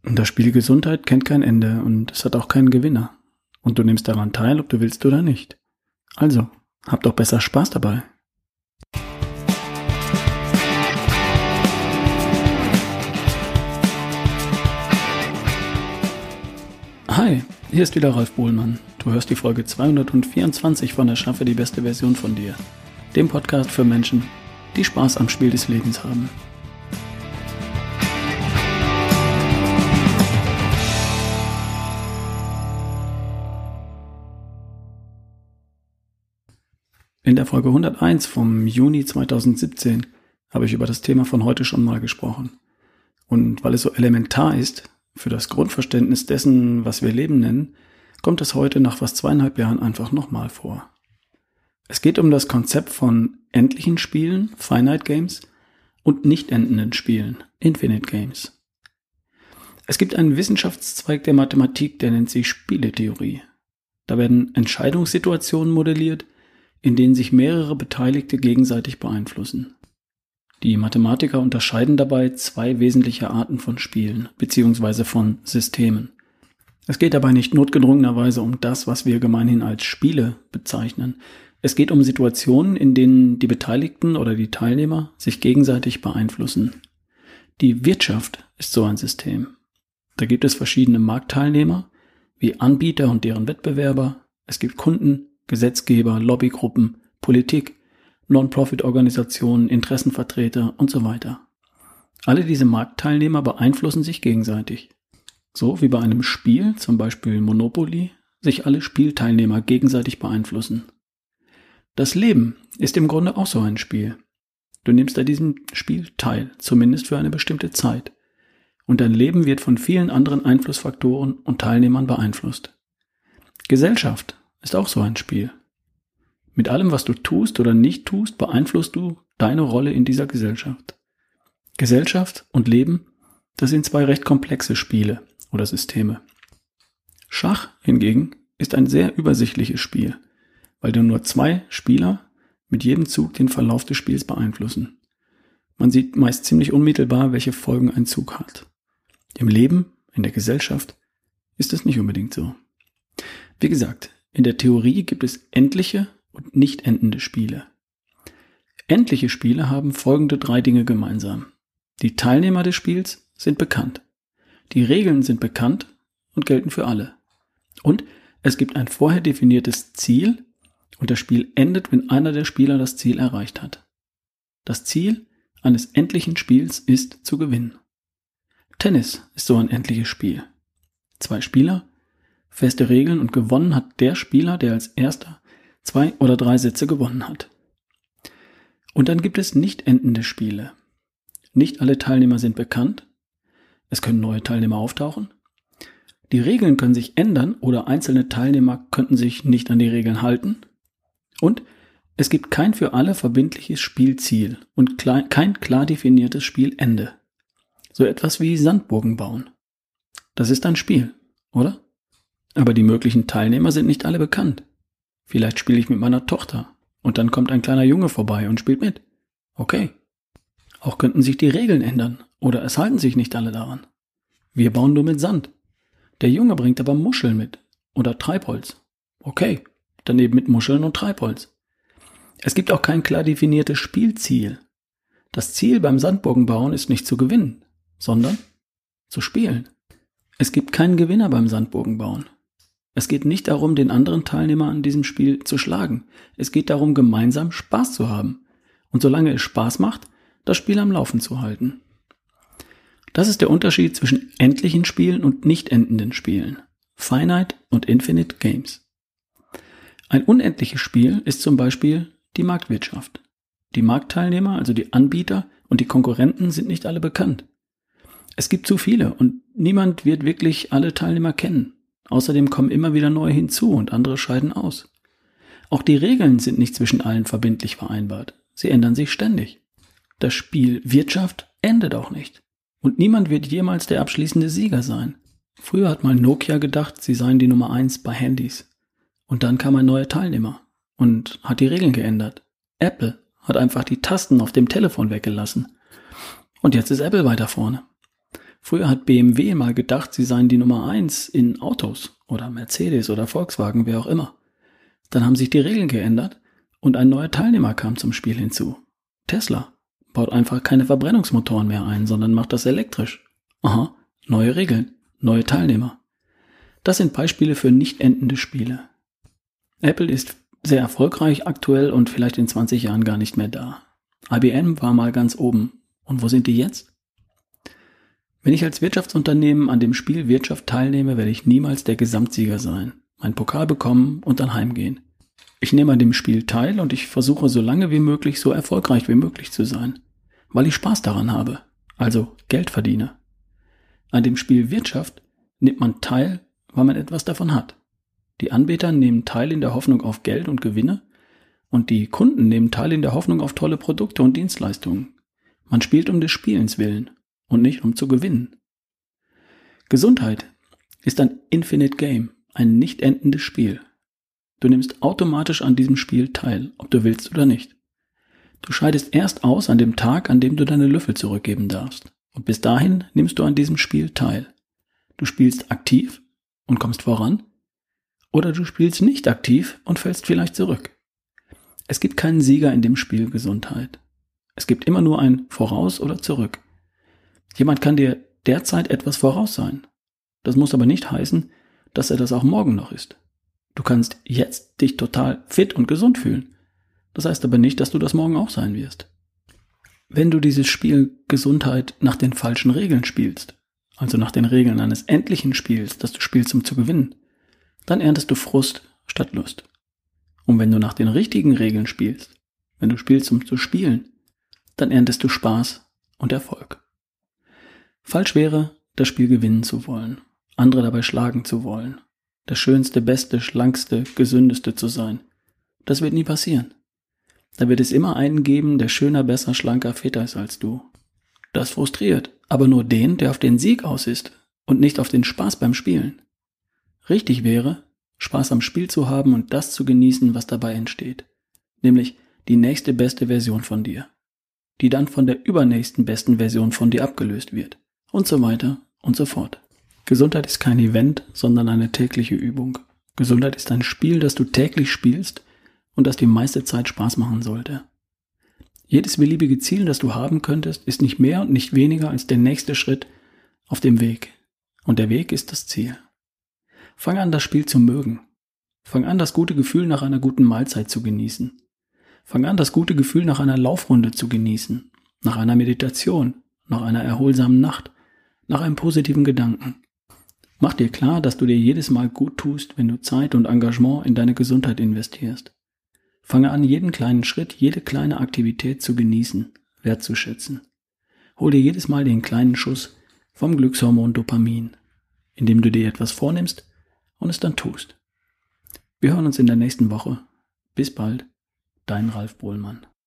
Und das Spiel Gesundheit kennt kein Ende und es hat auch keinen Gewinner. Und du nimmst daran teil, ob du willst oder nicht. Also, hab doch besser Spaß dabei. Hi, hier ist wieder Ralf Bohlmann. Du hörst die Folge 224 von Erschaffe die beste Version von dir. Dem Podcast für Menschen, die Spaß am Spiel des Lebens haben. In der Folge 101 vom Juni 2017 habe ich über das Thema von heute schon mal gesprochen. Und weil es so elementar ist für das Grundverständnis dessen, was wir Leben nennen, kommt es heute nach fast 2,5 Jahren einfach nochmal vor. Es geht um das Konzept von endlichen Spielen, Finite Games, und nicht endenden Spielen, Infinite Games. Es gibt einen Wissenschaftszweig der Mathematik, der nennt sich Spieletheorie. Da werden Entscheidungssituationen modelliert, in denen sich mehrere Beteiligte gegenseitig beeinflussen. Die Mathematiker unterscheiden dabei zwei wesentliche Arten von Spielen bzw. von Systemen. Es geht dabei nicht notgedrungenerweise um das, was wir gemeinhin als Spiele bezeichnen. Es geht um Situationen, in denen die Beteiligten oder die Teilnehmer sich gegenseitig beeinflussen. Die Wirtschaft ist so ein System. Da gibt es verschiedene Marktteilnehmer, wie Anbieter und deren Wettbewerber. Es gibt Kunden, Gesetzgeber, Lobbygruppen, Politik, Non-Profit-Organisationen, Interessenvertreter und so weiter. Alle diese Marktteilnehmer beeinflussen sich gegenseitig. So wie bei einem Spiel, zum Beispiel Monopoly, sich alle Spielteilnehmer gegenseitig beeinflussen. Das Leben ist im Grunde auch so ein Spiel. Du nimmst an diesem Spiel teil, zumindest für eine bestimmte Zeit. Und dein Leben wird von vielen anderen Einflussfaktoren und Teilnehmern beeinflusst. Gesellschaft ist auch so ein Spiel. Mit allem, was du tust oder nicht tust, beeinflusst du deine Rolle in dieser Gesellschaft. Gesellschaft und Leben, das sind zwei recht komplexe Spiele oder Systeme. Schach hingegen ist ein sehr übersichtliches Spiel, weil nur zwei Spieler mit jedem Zug den Verlauf des Spiels beeinflussen. Man sieht meist ziemlich unmittelbar, welche Folgen ein Zug hat. Im Leben, in der Gesellschaft, ist es nicht unbedingt so. Wie gesagt, in der Theorie gibt es endliche und nicht endende Spiele. Endliche Spiele haben folgende 3 Dinge gemeinsam. Die Teilnehmer des Spiels sind bekannt. Die Regeln sind bekannt und gelten für alle. Und es gibt ein vorher definiertes Ziel und das Spiel endet, wenn einer der Spieler das Ziel erreicht hat. Das Ziel eines endlichen Spiels ist zu gewinnen. Tennis ist so ein endliches Spiel. 2 Spieler, feste Regeln und gewonnen hat der Spieler, der als erster 2 oder 3 Sätze gewonnen hat. Und dann gibt es nicht endende Spiele. Nicht alle Teilnehmer sind bekannt. Es können neue Teilnehmer auftauchen. Die Regeln können sich ändern oder einzelne Teilnehmer könnten sich nicht an die Regeln halten. Und es gibt kein für alle verbindliches Spielziel und kein klar definiertes Spielende. So etwas wie Sandburgen bauen. Das ist ein Spiel, oder? Aber die möglichen Teilnehmer sind nicht alle bekannt. Vielleicht spiele ich mit meiner Tochter und dann kommt ein kleiner Junge vorbei und spielt mit. Okay. Auch könnten sich die Regeln ändern oder es halten sich nicht alle daran. Wir bauen nur mit Sand. Der Junge bringt aber Muscheln mit oder Treibholz. Okay, dann eben mit Muscheln und Treibholz. Es gibt auch kein klar definiertes Spielziel. Das Ziel beim Sandburgenbauen ist nicht zu gewinnen, sondern zu spielen. Es gibt keinen Gewinner beim Sandburgenbauen. Es geht nicht darum, den anderen Teilnehmer an diesem Spiel zu schlagen. Es geht darum, gemeinsam Spaß zu haben. Und solange es Spaß macht, das Spiel am Laufen zu halten. Das ist der Unterschied zwischen endlichen Spielen und nicht endenden Spielen. Finite und Infinite Games. Ein unendliches Spiel ist zum Beispiel die Marktwirtschaft. Die Marktteilnehmer, also die Anbieter und die Konkurrenten sind nicht alle bekannt. Es gibt zu viele und niemand wird wirklich alle Teilnehmer kennen. Außerdem kommen immer wieder neue hinzu und andere scheiden aus. Auch die Regeln sind nicht zwischen allen verbindlich vereinbart. Sie ändern sich ständig. Das Spiel Wirtschaft endet auch nicht. Und niemand wird jemals der abschließende Sieger sein. Früher hat mal Nokia gedacht, sie seien die Nummer 1 bei Handys. Und dann kam ein neuer Teilnehmer und hat die Regeln geändert. Apple hat einfach die Tasten auf dem Telefon weggelassen. Und jetzt ist Apple weiter vorne. Früher hat BMW mal gedacht, sie seien die Nummer 1 in Autos oder Mercedes oder Volkswagen, wer auch immer. Dann haben sich die Regeln geändert und ein neuer Teilnehmer kam zum Spiel hinzu. Tesla baut einfach keine Verbrennungsmotoren mehr ein, sondern macht das elektrisch. Aha, neue Regeln, neue Teilnehmer. Das sind Beispiele für nicht endende Spiele. Apple ist sehr erfolgreich aktuell und vielleicht in 20 Jahren gar nicht mehr da. IBM war mal ganz oben. Und wo sind die jetzt? Wenn ich als Wirtschaftsunternehmen an dem Spiel Wirtschaft teilnehme, werde ich niemals der Gesamtsieger sein, meinen Pokal bekommen und dann heimgehen. Ich nehme an dem Spiel teil und ich versuche so lange wie möglich, so erfolgreich wie möglich zu sein, weil ich Spaß daran habe, also Geld verdiene. An dem Spiel Wirtschaft nimmt man teil, weil man etwas davon hat. Die Anbieter nehmen teil in der Hoffnung auf Geld und Gewinne und die Kunden nehmen teil in der Hoffnung auf tolle Produkte und Dienstleistungen. Man spielt um des Spielens willen und nicht um zu gewinnen. Gesundheit ist ein Infinite Game, ein nicht endendes Spiel. Du nimmst automatisch an diesem Spiel teil, ob du willst oder nicht. Du scheidest erst aus an dem Tag, an dem du deine Löffel zurückgeben darfst. Und bis dahin nimmst du an diesem Spiel teil. Du spielst aktiv und kommst voran, oder du spielst nicht aktiv und fällst vielleicht zurück. Es gibt keinen Sieger in dem Spiel Gesundheit. Es gibt immer nur ein Voraus oder Zurück. Jemand kann dir derzeit etwas voraus sein. Das muss aber nicht heißen, dass er das auch morgen noch ist. Du kannst jetzt dich total fit und gesund fühlen. Das heißt aber nicht, dass du das morgen auch sein wirst. Wenn du dieses Spiel Gesundheit nach den falschen Regeln spielst, also nach den Regeln eines endlichen Spiels, das du spielst, um zu gewinnen, dann erntest du Frust statt Lust. Und wenn du nach den richtigen Regeln spielst, wenn du spielst, um zu spielen, dann erntest du Spaß und Erfolg. Falsch wäre, das Spiel gewinnen zu wollen, andere dabei schlagen zu wollen, das Schönste, Beste, Schlankste, Gesündeste zu sein. Das wird nie passieren. Da wird es immer einen geben, der schöner, besser, schlanker, fitter ist als du. Das frustriert, aber nur den, der auf den Sieg aus ist und nicht auf den Spaß beim Spielen. Richtig wäre, Spaß am Spiel zu haben und das zu genießen, was dabei entsteht. Nämlich die nächste beste Version von dir, die dann von der übernächsten besten Version von dir abgelöst wird. Und so weiter und so fort. Gesundheit ist kein Event, sondern eine tägliche Übung. Gesundheit ist ein Spiel, das du täglich spielst und das die meiste Zeit Spaß machen sollte. Jedes beliebige Ziel, das du haben könntest, ist nicht mehr und nicht weniger als der nächste Schritt auf dem Weg. Und der Weg ist das Ziel. Fang an, das Spiel zu mögen. Fang an, das gute Gefühl nach einer guten Mahlzeit zu genießen. Fang an, das gute Gefühl nach einer Laufrunde zu genießen, nach einer Meditation, nach einer erholsamen Nacht, nach einem positiven Gedanken. Mach dir klar, dass du dir jedes Mal gut tust, wenn du Zeit und Engagement in deine Gesundheit investierst. Fange an, jeden kleinen Schritt, jede kleine Aktivität zu genießen, wertzuschätzen. Hol dir jedes Mal den kleinen Schuss vom Glückshormon Dopamin, indem du dir etwas vornimmst und es dann tust. Wir hören uns in der nächsten Woche. Bis bald, dein Ralf Bohlmann.